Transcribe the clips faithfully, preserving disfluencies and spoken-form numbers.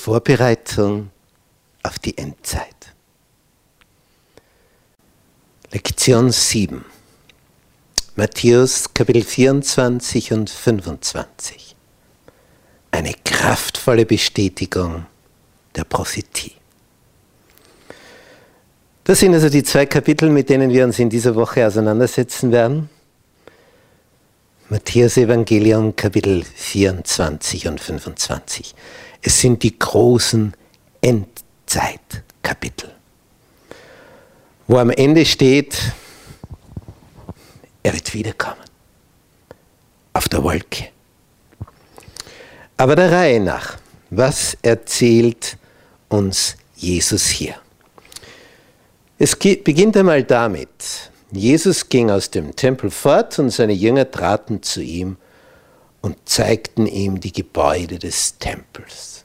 Vorbereitung auf die Endzeit. Lektion sieben. Matthäus Kapitel vierundzwanzig und fünfundzwanzig. Eine kraftvolle Bestätigung der Prophetie. Das sind also die zwei Kapitel, mit denen wir uns in dieser Woche auseinandersetzen werden. Matthäus Evangelium Kapitel vierundzwanzig und fünfundzwanzig. Es sind die großen Endzeit-Kapitel, wo am Ende steht, er wird wiederkommen, auf der Wolke. Aber der Reihe nach, was erzählt uns Jesus hier? Es beginnt einmal damit, Jesus ging aus dem Tempel fort und seine Jünger traten zu ihm und zeigten ihm die Gebäude des Tempels.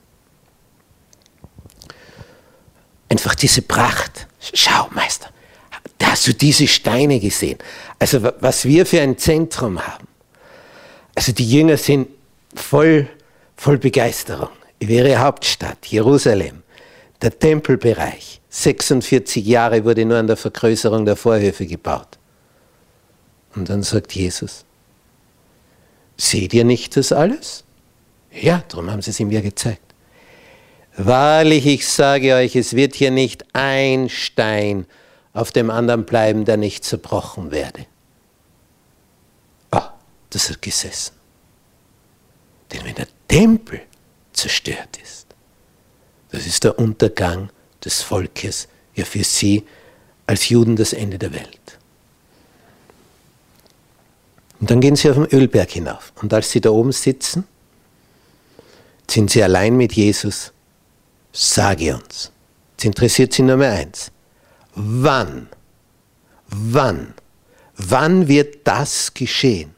Einfach diese Pracht. Schau, Meister, hast du diese Steine gesehen? Also was wir für ein Zentrum haben. Also die Jünger sind voll, voll Begeisterung über ihre Hauptstadt, Jerusalem, der Tempelbereich. sechsundvierzig Jahre wurde nur an der Vergrößerung der Vorhöfe gebaut. Und dann sagt Jesus, seht ihr nicht das alles? Ja, darum haben sie es ihm ja gezeigt. Wahrlich, ich sage euch, es wird hier nicht ein Stein auf dem anderen bleiben, der nicht zerbrochen werde. Ah, das hat gesessen. Denn wenn der Tempel zerstört ist, das ist der Untergang des Volkes, ja für sie als Juden das Ende der Welt. Und dann gehen sie auf den Ölberg hinauf. Und als sie da oben sitzen, sind sie allein mit Jesus. Sage uns, es interessiert sie nur mehr eins. Wann, wann, wann wird das geschehen?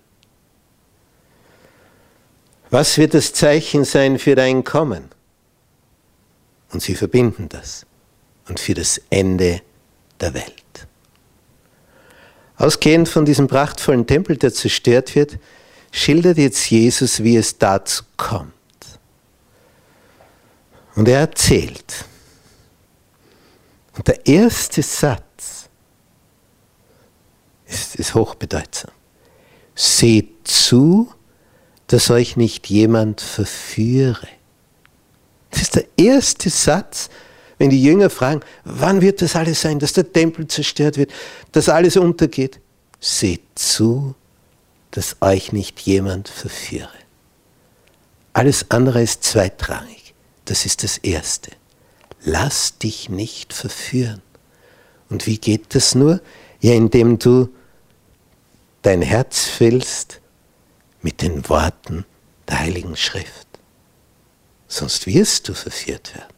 Was wird das Zeichen sein für dein Kommen? Und sie verbinden das. Und für das Ende der Welt. Ausgehend von diesem prachtvollen Tempel, der zerstört wird, schildert jetzt Jesus, wie es dazu kommt. Und er erzählt. Und der erste Satz ist, ist hochbedeutsam. Seht zu, dass euch nicht jemand verführe. Das ist der erste Satz, wenn die Jünger fragen, wann wird das alles sein, dass der Tempel zerstört wird, dass alles untergeht. Seht zu, dass euch nicht jemand verführe. Alles andere ist zweitrangig. Das ist das Erste. Lass dich nicht verführen. Und wie geht das nur? Ja, indem du dein Herz füllst mit den Worten der Heiligen Schrift. Sonst wirst du verführt werden.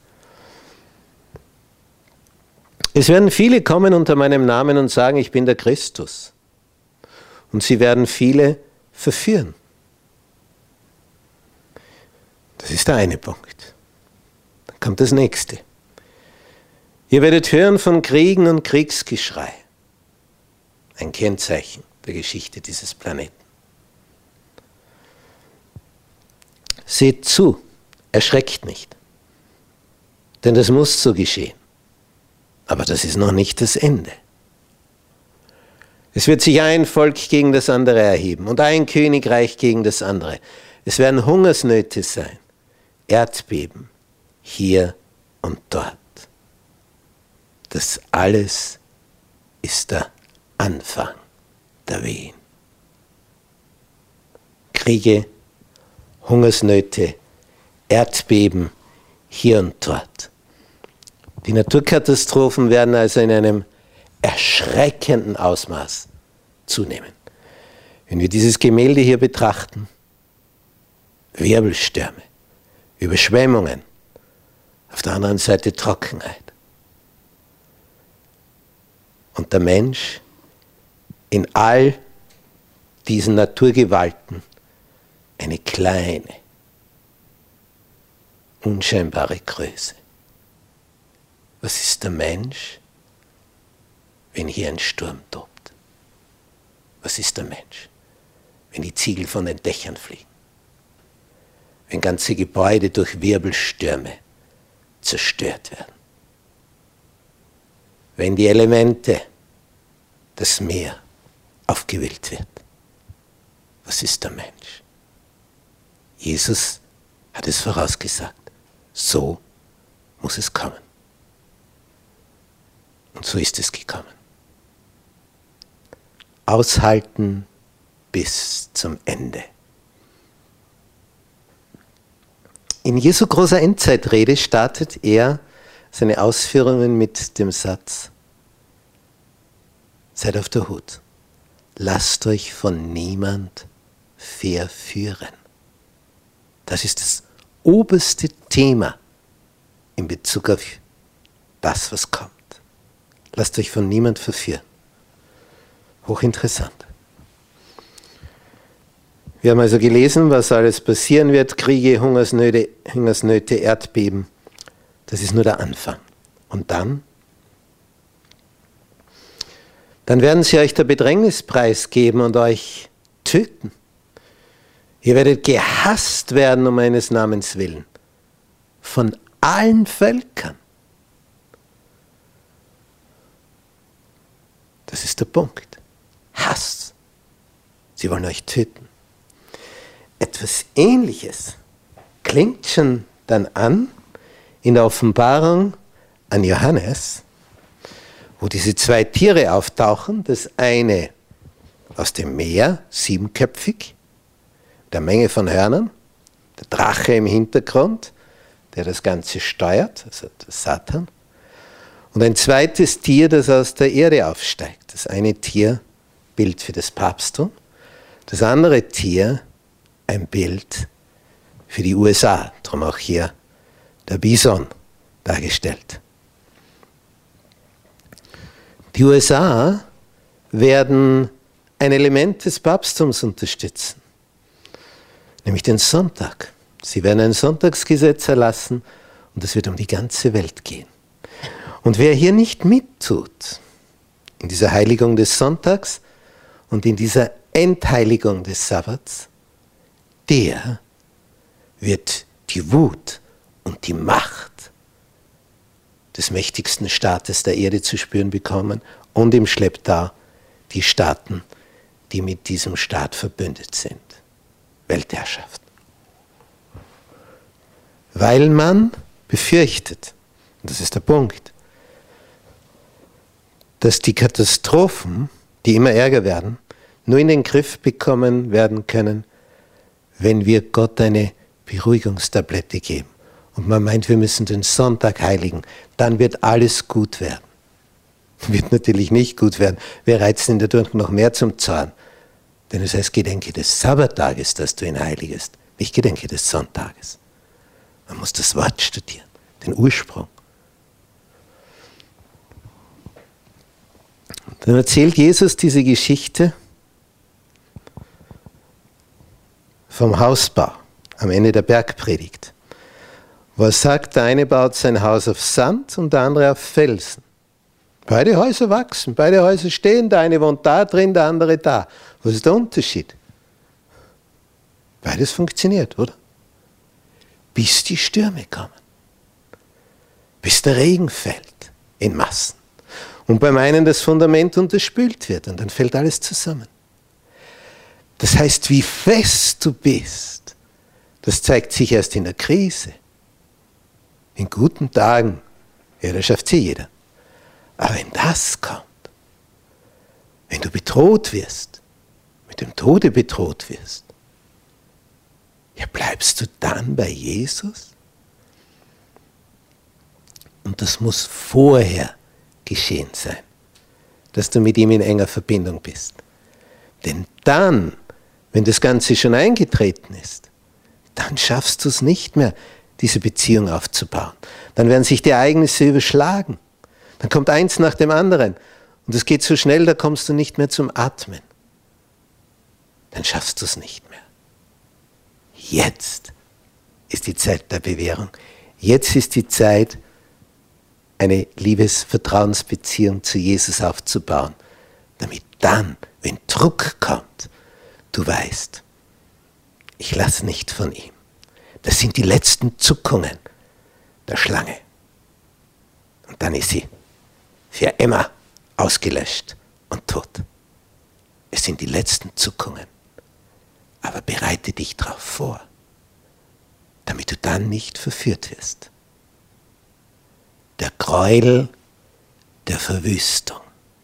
Es werden viele kommen unter meinem Namen und sagen, ich bin der Christus. Und sie werden viele verführen. Das ist der eine Punkt. Dann kommt das nächste. Ihr werdet hören von Kriegen und Kriegsgeschrei. Ein Kennzeichen der Geschichte dieses Planeten. Seht zu, erschreckt nicht. Denn das muss so geschehen. Aber das ist noch nicht das Ende. Es wird sich ein Volk gegen das andere erheben und ein Königreich gegen das andere. Es werden Hungersnöte sein, Erdbeben, hier und dort. Das alles ist der Anfang der Wehen. Kriege, Hungersnöte, Erdbeben, hier und dort. Die Naturkatastrophen werden also in einem erschreckenden Ausmaß zunehmen. Wenn wir dieses Gemälde hier betrachten, Wirbelstürme, Überschwemmungen, auf der anderen Seite Trockenheit. Und der Mensch in all diesen Naturgewalten eine kleine, unscheinbare Größe. Was ist der Mensch, wenn hier ein Sturm tobt? Was ist der Mensch, wenn die Ziegel von den Dächern fliegen? wenn ganze Gebäude durch Wirbelstürme zerstört werden. Wenn die Elemente, das Meer, aufgewühlt wird. Was ist der Mensch? Jesus hat es vorausgesagt. So muss es kommen. Und so ist es gekommen. Aushalten bis zum Ende. In Jesu großer Endzeitrede startet er seine Ausführungen mit dem Satz: Seid auf der Hut. Lasst euch von niemand verführen. Das ist das oberste Thema in Bezug auf das, was kommt. Lasst euch von niemand verführen. Hochinteressant. Wir haben also gelesen, was alles passieren wird: Kriege, Hungersnöte, Hungersnöte, Erdbeben. Das ist nur der Anfang. Und dann? Dann werden sie euch der Bedrängnis preisgeben und euch töten. Ihr werdet gehasst werden um meines Namens willen. Von allen Völkern. Das ist der Punkt. Hass. Sie wollen euch töten. Etwas Ähnliches klingt schon dann an in der Offenbarung an Johannes, wo diese zwei Tiere auftauchen. Das eine aus dem Meer, siebenköpfig, der Menge von Hörnern, der Drache im Hintergrund, der das Ganze steuert, also der Satan. Und ein zweites Tier, das aus der Erde aufsteigt. Das eine Tier, Bild für das Papsttum, das andere Tier, ein Bild für die U S A, darum auch hier der Bison dargestellt. Die U S A werden ein Element des Papsttums unterstützen, nämlich den Sonntag. Sie werden ein Sonntagsgesetz erlassen und es wird um die ganze Welt gehen. Und wer hier nicht mittut, in dieser Heiligung des Sonntags und in dieser Entheiligung des Sabbats, der wird die Wut und die Macht des mächtigsten Staates der Erde zu spüren bekommen und im Schlepptau die Staaten, die mit diesem Staat verbündet sind. Weltherrschaft. Weil man befürchtet, und das ist der Punkt, dass die Katastrophen, die immer ärger werden, nur in den Griff bekommen werden können, wenn wir Gott eine Beruhigungstablette geben. Und man meint, wir müssen den Sonntag heiligen, dann wird alles gut werden. Wird natürlich nicht gut werden. Wir reizen ihn dadurch noch mehr zum Zorn. Denn es heißt, gedenke des Sabbattages, dass du ihn heiligest. Nicht gedenke des Sonntages. Man muss das Wort studieren, den Ursprung. Dann erzählt Jesus diese Geschichte vom Hausbau am Ende der Bergpredigt, wo er sagt, der eine baut sein Haus auf Sand und der andere auf Felsen. Beide Häuser wachsen, beide Häuser stehen, der eine wohnt da drin, der andere da. Was ist der Unterschied? Beides funktioniert, oder? Bis die Stürme kommen, bis der Regen fällt in Massen und beim einen das Fundament unterspült wird und dann fällt alles zusammen. Das heißt, wie fest du bist, das zeigt sich erst in der Krise. In guten Tagen, ja, da schafft sie jeder. Aber wenn das kommt, wenn du bedroht wirst, mit dem Tode bedroht wirst, ja, bleibst du dann bei Jesus? Und das muss vorher geschehen sein, dass du mit ihm in enger Verbindung bist. Denn dann, wenn das Ganze schon eingetreten ist, dann schaffst du es nicht mehr, diese Beziehung aufzubauen. Dann werden sich die Ereignisse überschlagen. Dann kommt eins nach dem anderen. Und es geht so schnell, da kommst du nicht mehr zum Atmen. Dann schaffst du es nicht mehr. Jetzt ist die Zeit der Bewährung. Jetzt ist die Zeit, eine Liebes-Vertrauensbeziehung zu Jesus aufzubauen, damit dann, wenn Druck kommt, du weißt, ich lasse nicht von ihm. Das sind die letzten Zuckungen der Schlange. Und dann ist sie für immer ausgelöscht und tot. Es sind die letzten Zuckungen. Aber bereite dich darauf vor, damit du dann nicht verführt wirst. Der Gräuel der Verwüstung.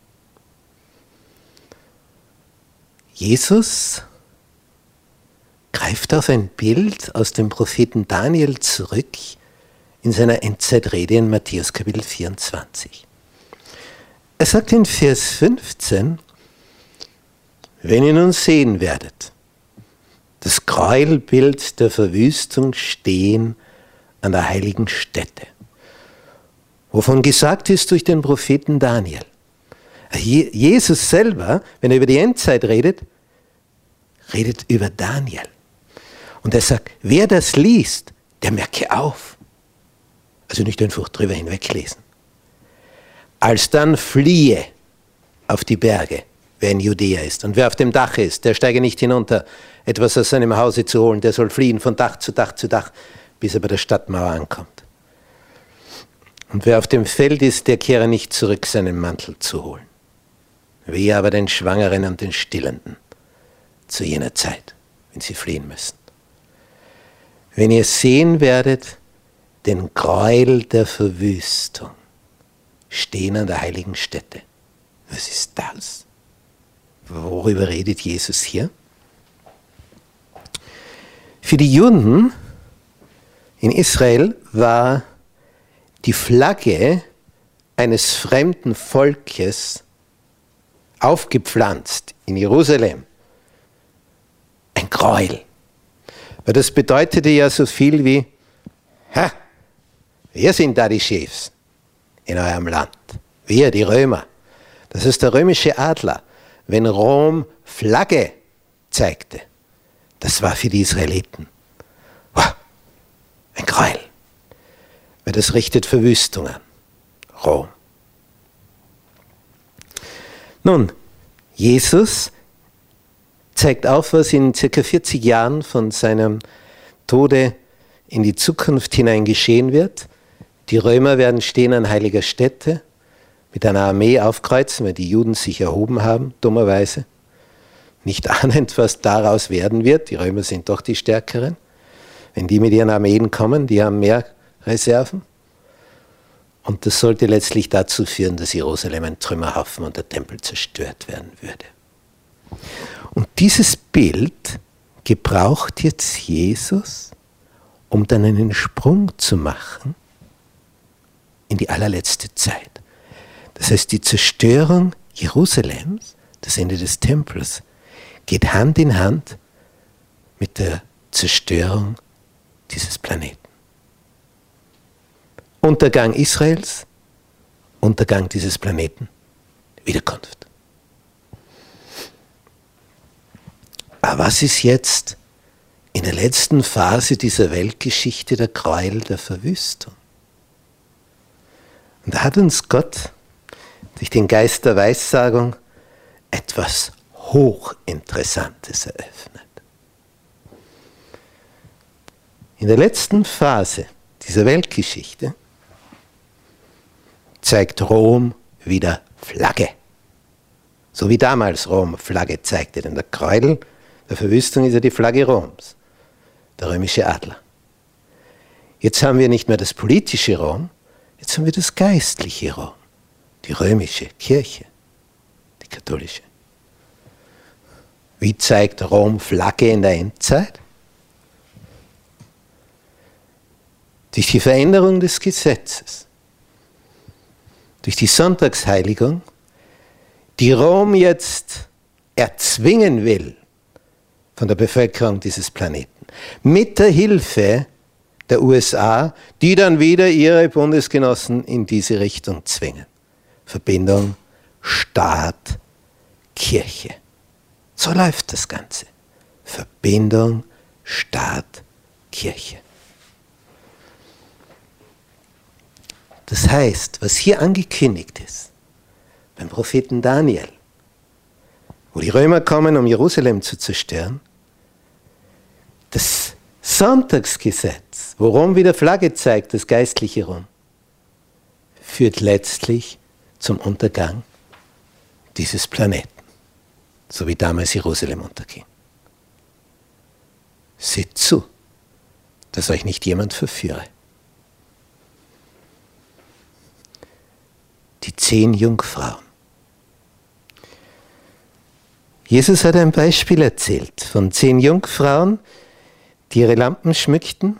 Jesus greift auf ein Bild aus dem Propheten Daniel zurück in seiner Endzeitrede in Matthäus Kapitel vierundzwanzig. Er sagt in Vers fünfzehn, wenn ihr nun sehen werdet, das Gräuelbild der Verwüstung stehen an der heiligen Stätte, wovon gesagt ist durch den Propheten Daniel. Jesus selber, wenn er über die Endzeit redet, redet über Daniel. Und er sagt, wer das liest, der merke auf. Also nicht einfach drüber hinweglesen. Alsdann fliehe auf die Berge, wer in Judäa ist. Und wer auf dem Dach ist, der steige nicht hinunter, etwas aus seinem Hause zu holen. Der soll fliehen von Dach zu Dach zu Dach, bis er bei der Stadtmauer ankommt. Und wer auf dem Feld ist, der kehre nicht zurück, seinen Mantel zu holen. Wehe aber den Schwangeren und den Stillenden zu jener Zeit, wenn sie fliehen müssen. Wenn ihr sehen werdet, den Gräuel der Verwüstung stehen an der heiligen Stätte. Was ist das? Worüber redet Jesus hier? Für die Juden in Israel war die Flagge eines fremden Volkes aufgepflanzt in Jerusalem ein Gräuel. Weil das bedeutete ja so viel wie, ha, wir sind da die Chefs in eurem Land. Wir, die Römer. Das ist der römische Adler. Wenn Rom Flagge zeigte, das war für die Israeliten wow, ein Gräuel. Weil das richtet Verwüstung an. Rom. Nun, Jesus zeigt auf, was in circa vierzig Jahren von seinem Tode in die Zukunft hinein geschehen wird. Die Römer werden stehen an heiliger Stätte, mit einer Armee aufkreuzen, weil die Juden sich erhoben haben, dummerweise. Nicht ahnend, was daraus werden wird. Die Römer sind doch die Stärkeren. Wenn die mit ihren Armeen kommen, die haben mehr Reserven. Und das sollte letztlich dazu führen, dass Jerusalem ein Trümmerhaufen und der Tempel zerstört werden würde. Und dieses Bild gebraucht jetzt Jesus, um dann einen Sprung zu machen in die allerletzte Zeit. Das heißt, die Zerstörung Jerusalems, das Ende des Tempels, geht Hand in Hand mit der Zerstörung dieses Planeten. Untergang Israels, Untergang dieses Planeten, Wiederkunft. Aber was ist jetzt in der letzten Phase dieser Weltgeschichte der Gräuel der Verwüstung? Und da hat uns Gott durch den Geist der Weissagung etwas Hochinteressantes eröffnet. In der letzten Phase dieser Weltgeschichte zeigt Rom wieder Flagge. So wie damals Rom Flagge zeigte, denn der Gräuel der Verwüstung ist ja die Flagge Roms, der römische Adler. Jetzt haben wir nicht mehr das politische Rom, jetzt haben wir das geistliche Rom, die römische Kirche, die katholische. Wie zeigt Rom Flagge in der Endzeit? Durch die Veränderung des Gesetzes, durch die Sonntagsheiligung, die Rom jetzt erzwingen will von der Bevölkerung dieses Planeten, mit der Hilfe der U S A, die dann wieder ihre Bundesgenossen in diese Richtung zwingen. Verbindung Staat, Kirche. So läuft das Ganze. Verbindung Staat, Kirche. Das heißt, was hier angekündigt ist, beim Propheten Daniel, wo die Römer kommen, um Jerusalem zu zerstören, das Sonntagsgesetz, worum wieder Flagge zeigt, das geistliche Rum, führt letztlich zum Untergang dieses Planeten, so wie damals Jerusalem unterging. Seht zu, dass euch nicht jemand verführe. Die zehn Jungfrauen. Jesus hat ein Beispiel erzählt von zehn Jungfrauen, die ihre Lampen schmückten,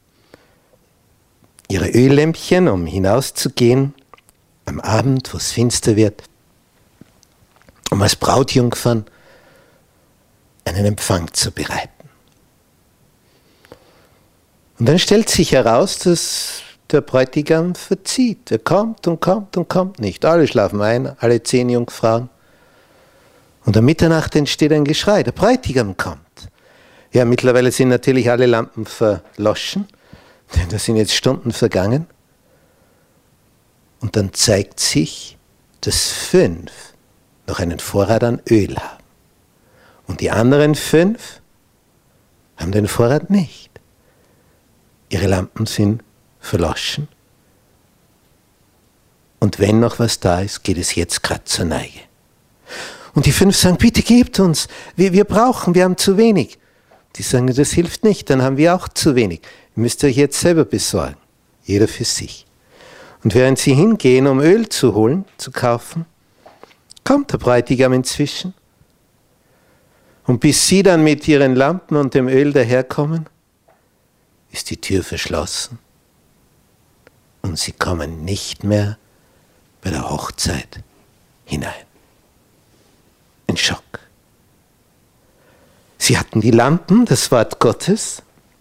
ihre Öllämpchen, um hinauszugehen, am Abend, wo es finster wird, um als Brautjungfern einen Empfang zu bereiten. Und dann stellt sich heraus, dass der Bräutigam verzieht. Er kommt und kommt und kommt nicht. Alle schlafen ein, alle zehn Jungfrauen. Und um Mitternacht entsteht ein Geschrei. Der Bräutigam kommt. Ja, mittlerweile sind natürlich alle Lampen verloschen, denn da sind jetzt Stunden vergangen. Und dann zeigt sich, dass fünf noch einen Vorrat an Öl haben. Und die anderen fünf haben den Vorrat nicht. Ihre Lampen sind verloschen. Und wenn noch was da ist, geht es jetzt gerade zur Neige. Und die fünf sagen, bitte gebt uns, wir, wir brauchen, wir haben zu wenig. Die sagen, das hilft nicht, dann haben wir auch zu wenig. Ihr müsst euch jetzt selber besorgen, jeder für sich. Und während sie hingehen, um Öl zu holen, zu kaufen, kommt der Bräutigam inzwischen. Und bis sie dann mit ihren Lampen und dem Öl daherkommen, ist die Tür verschlossen. Und sie kommen nicht mehr bei der Hochzeit hinein. Ein Schock. Sie hatten die Lampen, das Wort Gottes.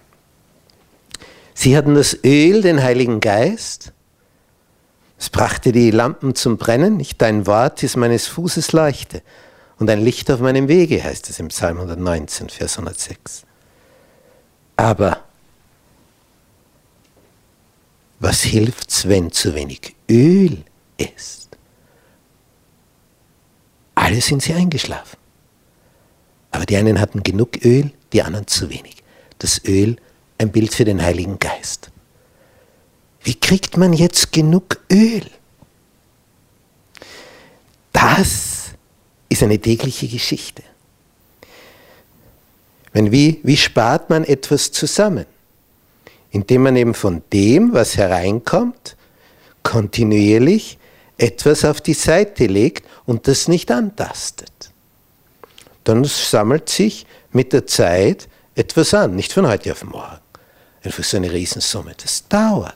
Sie hatten das Öl, den Heiligen Geist. Es brachte die Lampen zum Brennen. Nicht dein Wort ist meines Fußes Leuchte und ein Licht auf meinem Wege, heißt es im Psalm hundertneunzehn, Vers hundertsechs. Aber was hilft's, wenn zu wenig Öl ist? Alle sind sie eingeschlafen. Aber die einen hatten genug Öl, die anderen zu wenig. Das Öl, ein Bild für den Heiligen Geist. Wie kriegt man jetzt genug Öl? Das ist eine tägliche Geschichte. Wenn, wie, wie spart man etwas zusammen? Indem man eben von dem, was hereinkommt, kontinuierlich etwas auf die Seite legt und das nicht antastet. Dann sammelt sich mit der Zeit etwas an, nicht von heute auf morgen. Einfach so eine Riesensumme, das dauert.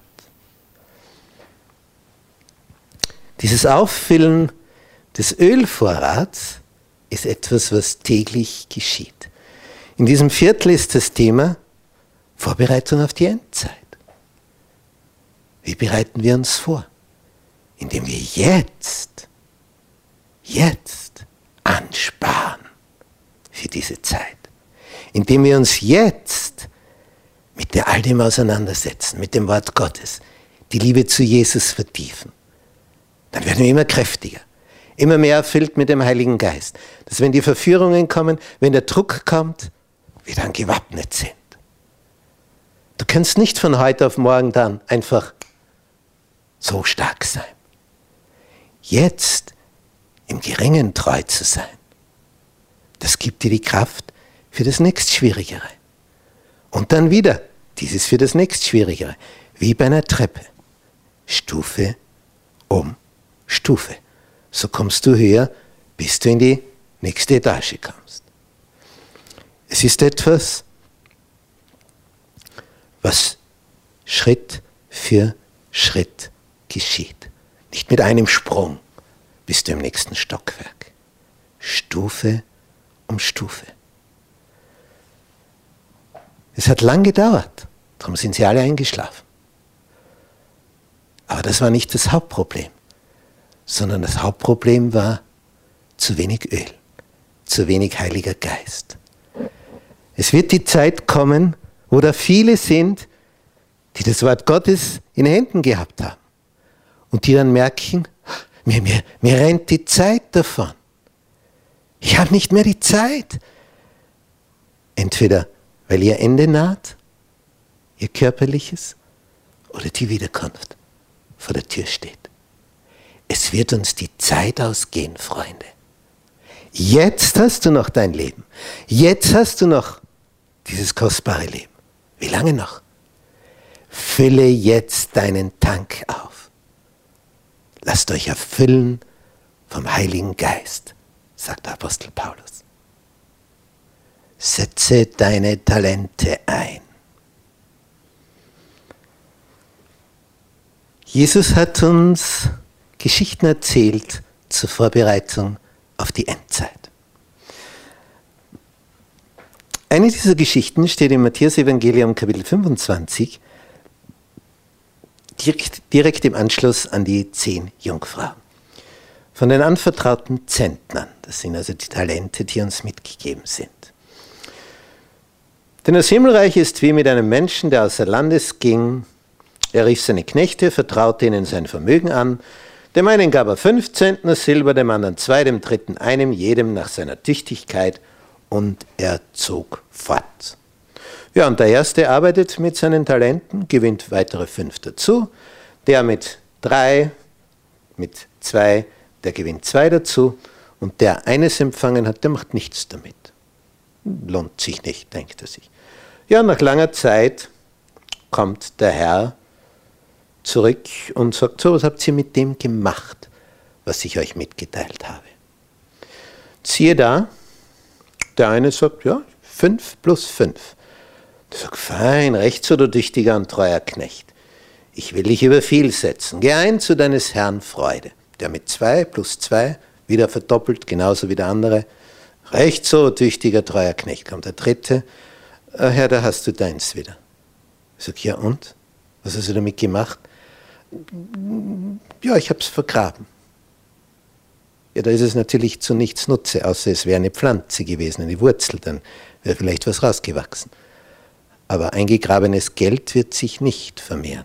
Dieses Auffüllen des Ölvorrats ist etwas, was täglich geschieht. In diesem Viertel ist das Thema Vorbereitung auf die Endzeit. Wie bereiten wir uns vor? Indem wir jetzt, jetzt ansparen für diese Zeit. Indem wir uns jetzt mit all dem auseinandersetzen, mit dem Wort Gottes, die Liebe zu Jesus vertiefen. Dann werden wir immer kräftiger, immer mehr erfüllt mit dem Heiligen Geist. Dass wenn die Verführungen kommen, wenn der Druck kommt, wir dann gewappnet sind. Du kannst nicht von heute auf morgen dann einfach so stark sein. Jetzt im Geringen treu zu sein, das gibt dir die Kraft für das nächstschwierigere. Und dann wieder dieses für das nächstschwierigere, wie bei einer Treppe, Stufe um Stufe. So kommst du höher, bis du in die nächste Etage kommst. Es ist etwas, was Schritt für Schritt geschieht. Nicht mit einem Sprung bist du im nächsten Stockwerk. Stufe um Stufe. Es hat lang gedauert, darum sind sie alle eingeschlafen. Aber das war nicht das Hauptproblem, sondern das Hauptproblem war zu wenig Öl, zu wenig Heiliger Geist. Es wird die Zeit kommen, wo da viele sind, die das Wort Gottes in den Händen gehabt haben und die dann merken, mir, mir, mir rennt die Zeit davon. Ich habe nicht mehr die Zeit. Entweder weil ihr Ende naht ihr körperliches oder die Wiederkunft vor der Tür steht. Es wird uns die Zeit ausgehen, Freunde. Jetzt hast du noch dein Leben. Jetzt hast du noch dieses kostbare Leben. Wie lange noch? Fülle jetzt deinen Tank auf. Lasst euch erfüllen vom Heiligen Geist, sagt der Apostel Paulus. Setze deine Talente ein. Jesus hat uns Geschichten erzählt zur Vorbereitung auf die Endzeit. Eine dieser Geschichten steht im Matthäus-Evangelium Kapitel fünfundzwanzig, direkt, direkt im Anschluss an die zehn Jungfrauen. Von den anvertrauten Zentnern, das sind also die Talente, die uns mitgegeben sind. Denn das Himmelreich ist wie mit einem Menschen, der außer Landes ging. Er rief seine Knechte, vertraute ihnen sein Vermögen an. Dem einen gab er fünf Zentner Silber, dem anderen zwei, dem dritten einem, jedem nach seiner Tüchtigkeit, und er zog fort. Ja, und der Erste arbeitet mit seinen Talenten, gewinnt weitere fünf dazu. Der mit drei, mit zwei, der gewinnt zwei dazu. Und der eines empfangen hat, der macht nichts damit. Lohnt sich nicht, denkt er sich. Ja, nach langer Zeit kommt der Herr zurück und sagt, so, was habt ihr mit dem gemacht, was ich euch mitgeteilt habe? Siehe da, der eine sagt, ja, fünf plus fünf. Der sagt, fein, recht so, du tüchtiger und treuer Knecht. Ich will dich über viel setzen. Geh ein zu deines Herrn Freude. Der mit zwei plus zwei, wieder verdoppelt, genauso wie der andere. Recht so, tüchtiger, treuer Knecht. Kommt der dritte, Herr, da hast du deins wieder. Ich sage, ja und? Was hast du damit gemacht? Ja, ich habe es vergraben. Ja, da ist es natürlich zu nichts Nutze, außer es wäre eine Pflanze gewesen, eine Wurzel, dann wäre vielleicht was rausgewachsen. Aber eingegrabenes Geld wird sich nicht vermehren.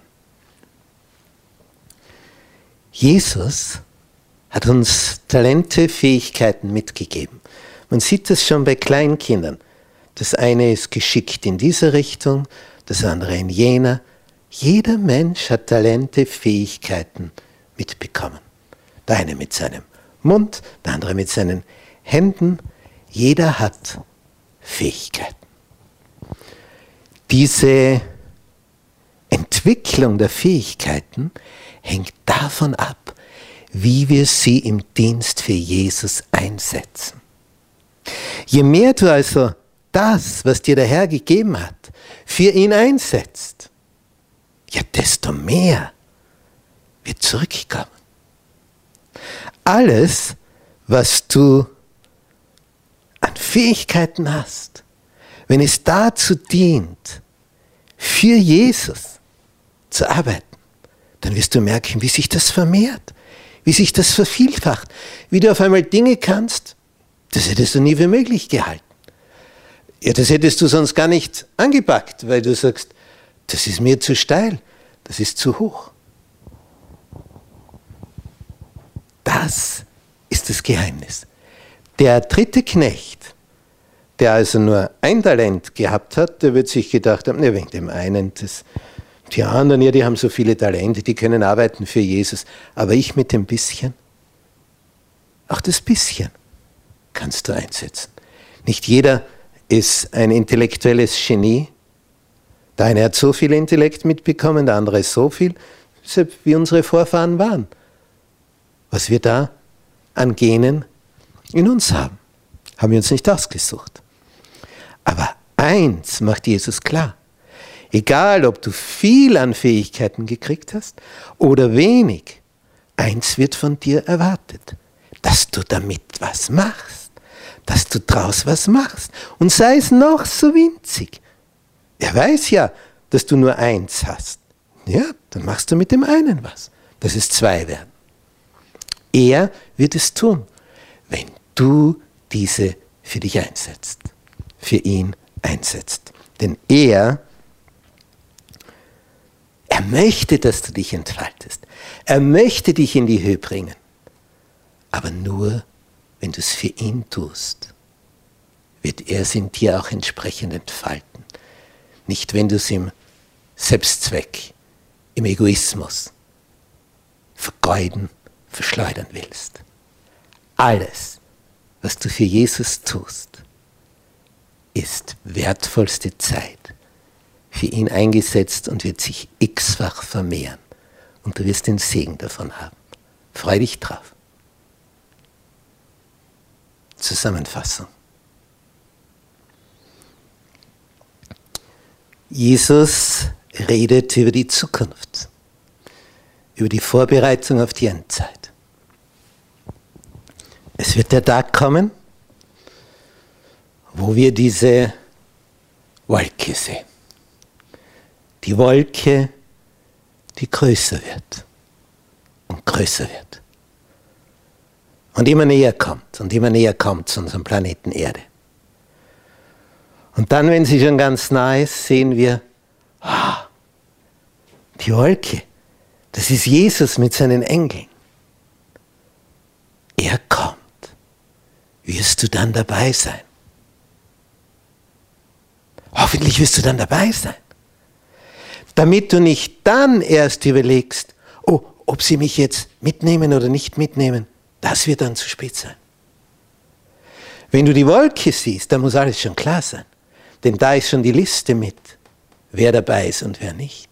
Jesus hat uns Talente, Fähigkeiten mitgegeben. Man sieht das schon bei Kleinkindern. Das eine ist geschickt in diese Richtung, das andere in jener. Jeder Mensch hat Talente, Fähigkeiten mitbekommen. Der eine mit seinem Mund, der andere mit seinen Händen. Jeder hat Fähigkeiten. Diese Entwicklung der Fähigkeiten hängt davon ab, wie wir sie im Dienst für Jesus einsetzen. Je mehr du also das, was dir der Herr gegeben hat, für ihn einsetzt, ja, desto mehr wird zurückkommen. Alles, was du an Fähigkeiten hast, wenn es dazu dient, für Jesus zu arbeiten, dann wirst du merken, wie sich das vermehrt, wie sich das vervielfacht, wie du auf einmal Dinge kannst, das hättest du nie für möglich gehalten. Ja, das hättest du sonst gar nicht angepackt, weil du sagst, das ist mir zu steil, das ist zu hoch. Das ist das Geheimnis. Der dritte Knecht, der also nur ein Talent gehabt hat, der wird sich gedacht haben, ne, wegen dem einen, das, die anderen, ja, die haben so viele Talente, die können arbeiten für Jesus, aber ich mit dem bisschen, auch das bisschen kannst du einsetzen. Nicht jeder ist ein intellektuelles Genie. Der eine hat so viel Intellekt mitbekommen, der andere so viel, wie unsere Vorfahren waren. Was wir da an Genen in uns haben, haben wir uns nicht ausgesucht. Aber eins macht Jesus klar. Egal, ob du viel an Fähigkeiten gekriegt hast oder wenig, eins wird von dir erwartet, dass du damit was machst, dass du draus was machst. Und sei es noch so winzig. Er weiß ja, dass du nur eins hast. Ja, dann machst du mit dem einen was, dass es zwei werden. Er wird es tun, wenn du diese für dich einsetzt, für ihn einsetzt. Denn er, er möchte, dass du dich entfaltest. Er möchte dich in die Höhe bringen. Aber nur, wenn du es für ihn tust, wird er es in dir auch entsprechend entfalten. Nicht, wenn du es ihm Selbstzweck, im Egoismus vergeuden, verschleudern willst. Alles, was du für Jesus tust, ist wertvollste Zeit für ihn eingesetzt und wird sich x-fach vermehren. Und du wirst den Segen davon haben. Freu dich drauf. Zusammenfassung. Jesus redet über die Zukunft, über die Vorbereitung auf die Endzeit. Es wird der Tag kommen, wo wir diese Wolke sehen. Die Wolke, die größer wird und größer wird. Und immer näher kommt und immer näher kommt zu unserem Planeten Erde. Und dann, wenn sie schon ganz nah ist, sehen wir, ah, die Wolke, das ist Jesus mit seinen Engeln. Er kommt. Wirst du dann dabei sein? Hoffentlich wirst du dann dabei sein. Damit du nicht dann erst überlegst, oh, ob sie mich jetzt mitnehmen oder nicht mitnehmen, das wird dann zu spät sein. Wenn du die Wolke siehst, dann muss alles schon klar sein. Denn da ist schon die Liste mit, wer dabei ist und wer nicht.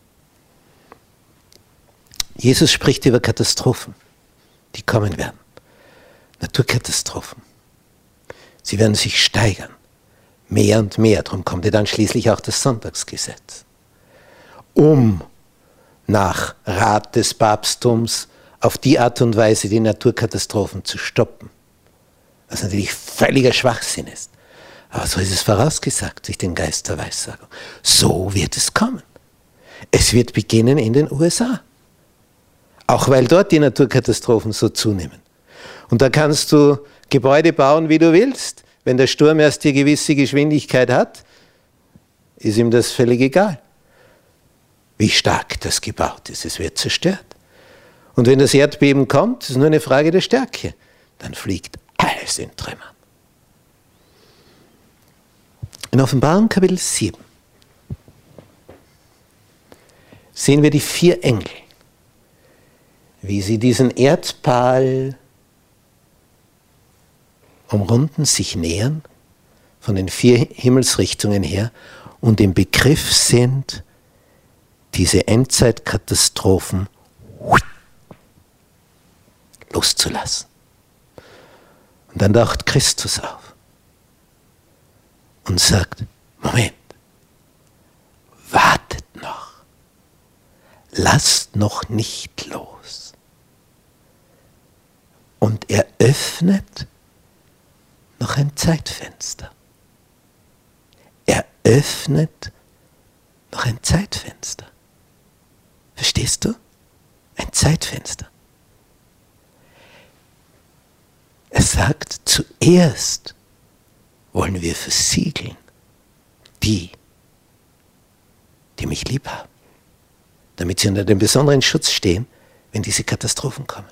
Jesus spricht über Katastrophen, die kommen werden. Naturkatastrophen. Sie werden sich steigern. Mehr und mehr. Darum kommt ja dann schließlich auch das Sonntagsgesetz. Um nach Rat des Papsttums auf die Art und Weise die Naturkatastrophen zu stoppen. Was natürlich völliger Schwachsinn ist. Aber so ist es vorausgesagt durch den Geist der Weissagung. So wird es kommen. Es wird beginnen in den U S A. Auch weil dort die Naturkatastrophen so zunehmen. Und da kannst du Gebäude bauen, wie du willst. Wenn der Sturm erst die gewisse Geschwindigkeit hat, ist ihm das völlig egal, wie stark das gebaut ist. Es wird zerstört. Und wenn das Erdbeben kommt, ist es nur eine Frage der Stärke. Dann fliegt alles in Trümmern. In Offenbarung Kapitel sieben sehen wir die vier Engel, wie sie diesen Erdpfahl umrunden, sich nähern, von den vier Himmelsrichtungen her und im Begriff sind, diese Endzeitkatastrophen loszulassen. Und dann taucht Christus auf und sagt, Moment, wartet noch, lasst noch nicht los. Und er öffnet noch ein Zeitfenster. Er öffnet noch ein Zeitfenster. Verstehst du? Ein Zeitfenster. Er sagt, zuerst wollen wir versiegeln die, die mich lieb haben, damit sie unter dem besonderen Schutz stehen, wenn diese Katastrophen kommen.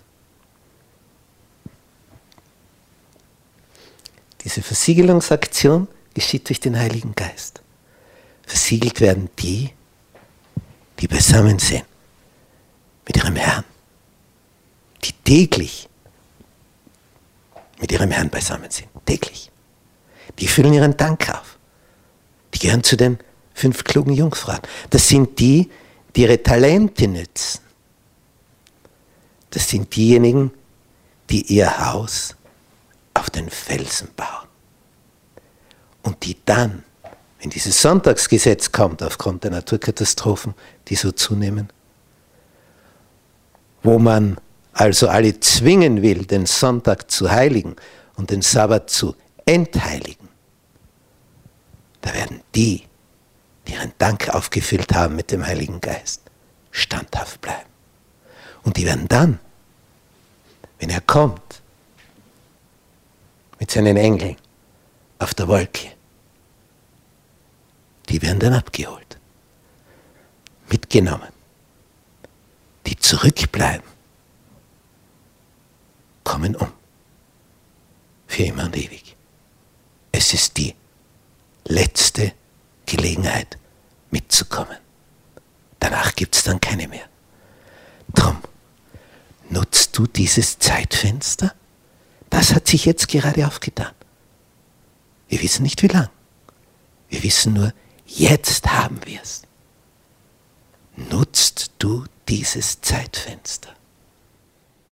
Diese Versiegelungsaktion geschieht durch den Heiligen Geist. Versiegelt werden die, die beisammen sind mit ihrem Herrn, die täglich mit ihrem Herrn beisammen sind, täglich. Die füllen ihren Tank auf. Die gehören zu den fünf klugen Jungfrauen. Das sind die, die ihre Talente nützen. Das sind diejenigen, die ihr Haus auf den Felsen bauen. Und die dann, wenn dieses Sonntagsgesetz kommt, aufgrund der Naturkatastrophen, die so zunehmen, wo man also alle zwingen will, den Sonntag zu heiligen und den Sabbat zu entheiligen, da werden die, die ihren Dank aufgefüllt haben mit dem Heiligen Geist, standhaft bleiben. Und die werden dann, wenn er kommt, mit seinen Engeln auf der Wolke, die werden dann abgeholt, mitgenommen. Die zurückbleiben, kommen um, für immer und ewig. Es ist die letzte Gelegenheit, mitzukommen Danach gibt es dann keine mehr. Drum, nutzt du dieses Zeitfenster? Das hat sich jetzt gerade aufgetan. Wir wissen nicht wie lang. Wir wissen nur, jetzt haben wir es. Nutzt du dieses Zeitfenster?